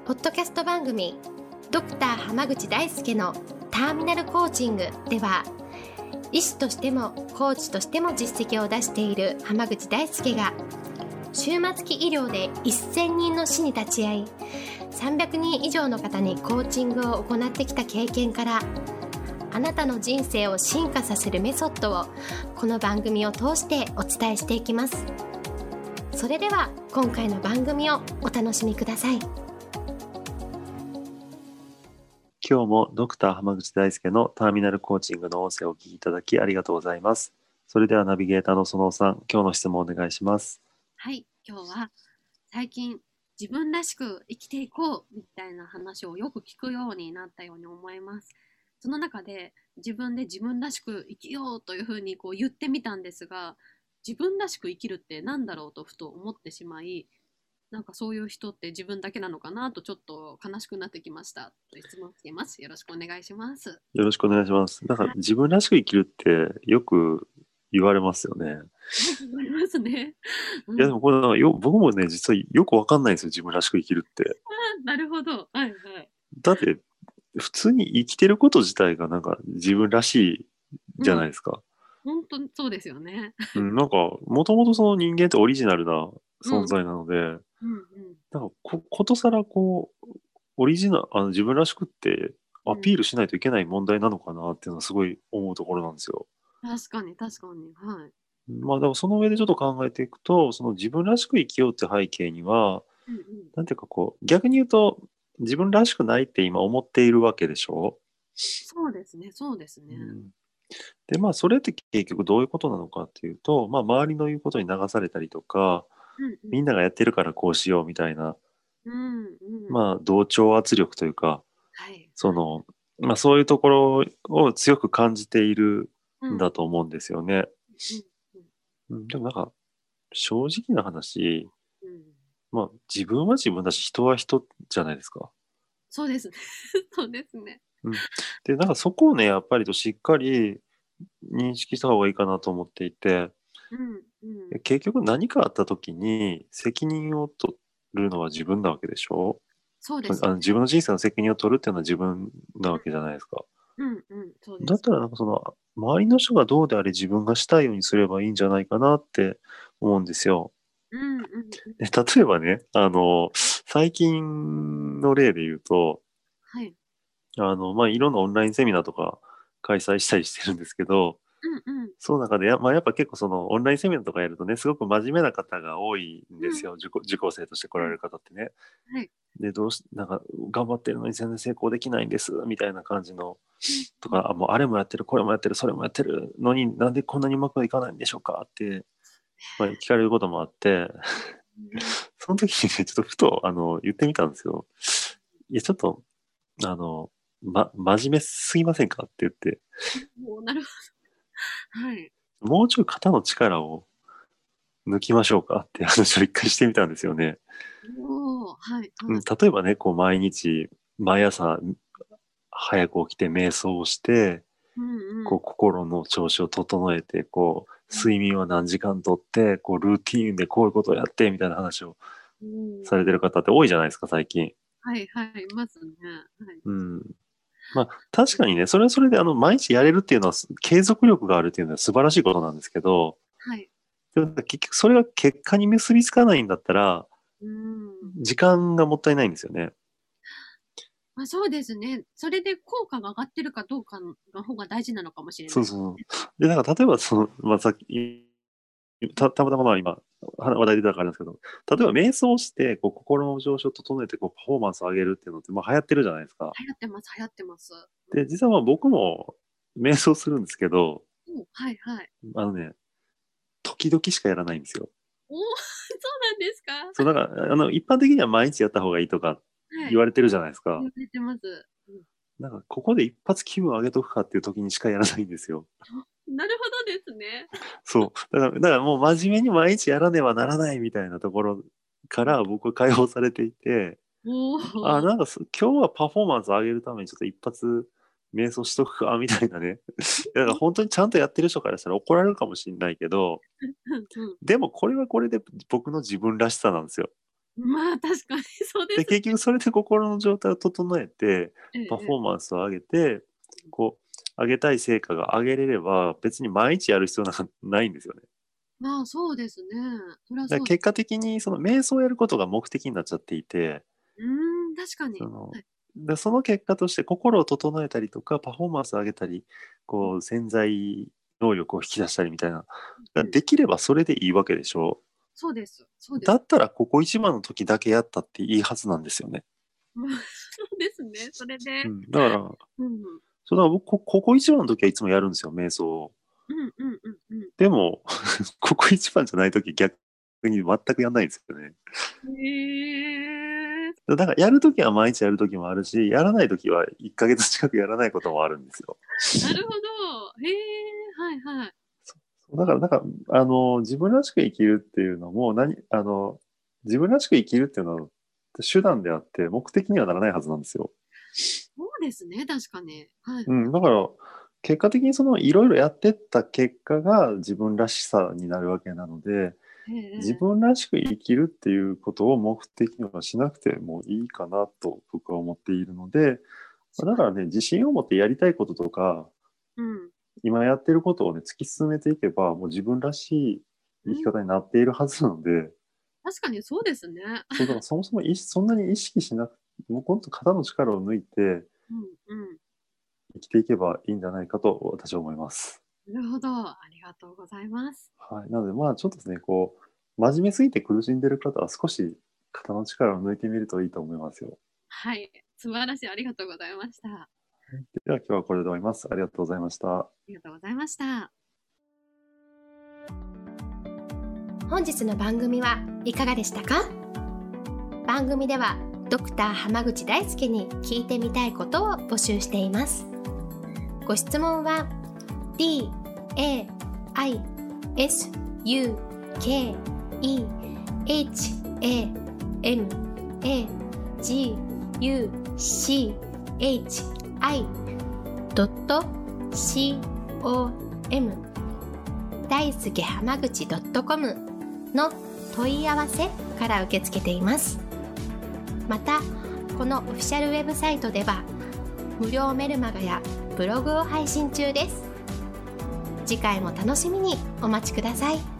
ポッドキャスト番組ドクター濱口大輔のターミナルコーチングでは、医師としてもコーチとしても実績を出している濱口大輔が終末期医療で1000人の死に立ち会い、300人以上の方にコーチングを行ってきた経験から、あなたの人生を進化させるメソッドをこの番組を通してお伝えしていきます。それでは今回の番組をお楽しみください。 今日もドクター濱口大輔のターミナルコーチングの音声をお聞きいただきありがとうございます。それではナビゲーターの園尾さん、今日の質問をお願いします。 はい、今日は最近自分らしく生きていこうみたいな話をよく聞くようになったように思います。その中で自分らしく生きようというふうに言ってみたんですが、自分らしく生きるって何だろうとふと思ってしまい、なんかそういう人って自分だけなのかなとちょっと悲しくなってきました。と質問しています。よろしくお願いします。 よろしくお願いします。なんか自分らしく生きるってよく言われますよね。 よく言われますね。 いやでもこれなんか僕もね、実はよくわかんないんですよ、自分らしく生きるって。 なるほど。はいはい。 だって普通に生きてること自体がなんか自分らしいじゃないですか。 本当にそうですよね。 なんかもともとその人間ってオリジナルな存在なので、 うんうん。 なんかことさらオリジナル、自分らしくってアピールしないといけない問題なのかなっていうのはすごい思うところなんですよ。 確かに確かに。はい。 まあ、だからその上でちょっと考えていくと、その自分らしく生きようって背景には、 うんうん。 なんていうか逆に言うと、自分らしくないって今思っているわけでしょ。 そうですね、そうですね。 で、まあ、それって結局どういうことなのかっていうと、まあ、周りの言うことに流されたりとか、 うんみんながやってるからこうしようみたいな、 うんうん。 まあ、同調圧力というか、 はいはい。 その、まあ、そういうところを強く感じているんうんだと思うんですよね。 うんでもなんか、正直な話、 うん。 まあ、自分は自分だし、人は人じゃないですか。 そうですね。そうですね。 うん。で、なんかそこをね、やっぱりしっかり認識した方がいいかなと思っていて、 うんうん。 結局何かあった時に責任を取るのは自分なわけでしょ。 そうですね。 自分の人生の責任を取るっていうのは自分なわけじゃないですか。 うんうん、そうです。 だったらなんかその、周りの人がどうであれ自分がしたいようにすればいいんじゃないかなって思うんですよ。 うんうんうん。 で例えばね、最近の例で言うと、 はい。 まあ、いろんなオンラインセミナーとか開催したりしてるんですけど、 うんうん。 その中でまあ、やっぱ結構そのオンラインセミナーとかやるとね、すごく真面目な方が多いんうんですよ。受講生として来られる方ってね。 はい。 で、なんか、頑張ってるのに全然成功できないんです、みたいな感じの、 うんとか、もうあれもやってる、これもやってる、それもやってるのになんでこんなにうまくいかないんでしょうかって、まあ、聞かれることもあって、 うんその時にね、ちょっとふと、言ってみたんですよ。いや、ちょっと、真面目すぎませんかって言って、 もうなるほど。はい。 もうちょい肩の力を抜きましょうかっていう話を一回してみたんですよね。 おお、はいはい。 例えばね、毎日、毎朝、早く起きて瞑想をして、 うんうん。 心の調子を整えて、 うん睡眠は何時間とって、ルーティーンでこういうことをやって、みたいな話をおお。 されてる方って多いじゃないですか、最近。 はいはい、いますね。はい。 うん。まあ、確かにね、それはそれで、毎日やれるっていうのは、継続力があるっていうのは素晴らしいことなんですけど、 はい。 でも結局それが結果に結びつかないんだったら、 うん。 時間がもったいないんですよね。 まあ、そうですね。それで効果が上がってるかどうかの方が大事なのかもしれない。 そうそう。で、なんか例えばまあ、さっき、たまたま今、話題出たからなんですけど、例えば瞑想して、心の上昇を整えて、パフォーマンスを上げるっていうのって、まあ、流行ってるじゃないですか。 流行ってます、流行ってます。うで、 ん。 実はまあ僕も瞑想するんですけど、 おはいはい。 あのね、時々しかやらないんですよ。 おお、そうなんですか？ そう、だから、一般的には毎日やった方がいいとかはい。 言われてるじゃないですか。 言われてます。うん。 なんか、ここで一発気分を上げとくかっていう時にしかやらないんですよ。 なるほどですね。 そう。だからもう真面目に毎日やらねばならないみたいなところかうん。 ら僕は解放されていて、 おあ、 お。 なんか今日はパフォーマンスを上げるためにちょっと一発瞑想しとくか、みたいなね。だから本当にちゃんとやってる人からしたら怒られるかもしれないけど、 うんうん。 でもこれはこれで僕の自分らしさなんですよ。 まあ確かにそうでです。結局それで心の状態を整えて、パフォーマンスを上げて、こう、上げたい成果が上げれれば、別に毎日やる必要なんかないんですよね。 まあそうですね。それはそうです。 だから結果的にその瞑想をやることが目的になっちゃっていて、 確かに。 そのはい。 その結果として心を整えたりとか、パフォーマンスを上げたり、こう潜在能力を引き出したりみたいな、 うんできればそれでいいわけでしょ。 そうです。そうです。 だったらここ一番の時だけやったっていいはずなんですよね。 まあそうですね。それで。 だから、 うんそうだから僕ここ一番の時はいつもやるんですよ、瞑想を。 うんうんうんうん。 でも、ここ一番じゃない時逆に全くやんないんですよね。 へえ。 だからやる時は毎日やる時もあるし、やらない時は1ヶ月近くやらないこともあるんですよ。 なるほど。へえ。はいはい。 だから、自分らしく生きるっていうのも、自分らしく生きるっていうのは手段であって、目的にはならないはずなんですよ。 そうですね。確かに。はい。 だから、結果的にそのいろいろやってった結果が自分らしさになるわけなので、自分らしく生きるっていうことを目的にはしなくてもいいかなと僕は思っているので、だからね、自信を持ってやりたいこととか、 うん。 今やってることをね、突き進めていけば、もう自分らしい生き方になっているはずなので、 確かにそうですね。 そうだからそもそもそんなに意識しなくて、もう本当肩の力を抜いてうんうん。 生きていけばいいんじゃないかと私は思います。 なるほど。ありがとうございます。 はい。なのでまあちょっとですね、こう、真面目すぎて苦しんでる方は少し肩の力を抜いてみるといいと思いますよ。 はい。素晴らしい。ありがとうございました。あでは今日はこれで終わります。ありがとうございました。 りがとうございました。 本日の番組はいかがでしたか？番組ではドクター濱口大輔に聞いてみたいことを募集しています。ご質問は daisukeamaguchi.com 大輔濱口 .com の問い合わせから受け付けています。また、このオフィシャルウェブサイトでは無料メルマガやブログを配信中です。次回も楽しみにお待ちください。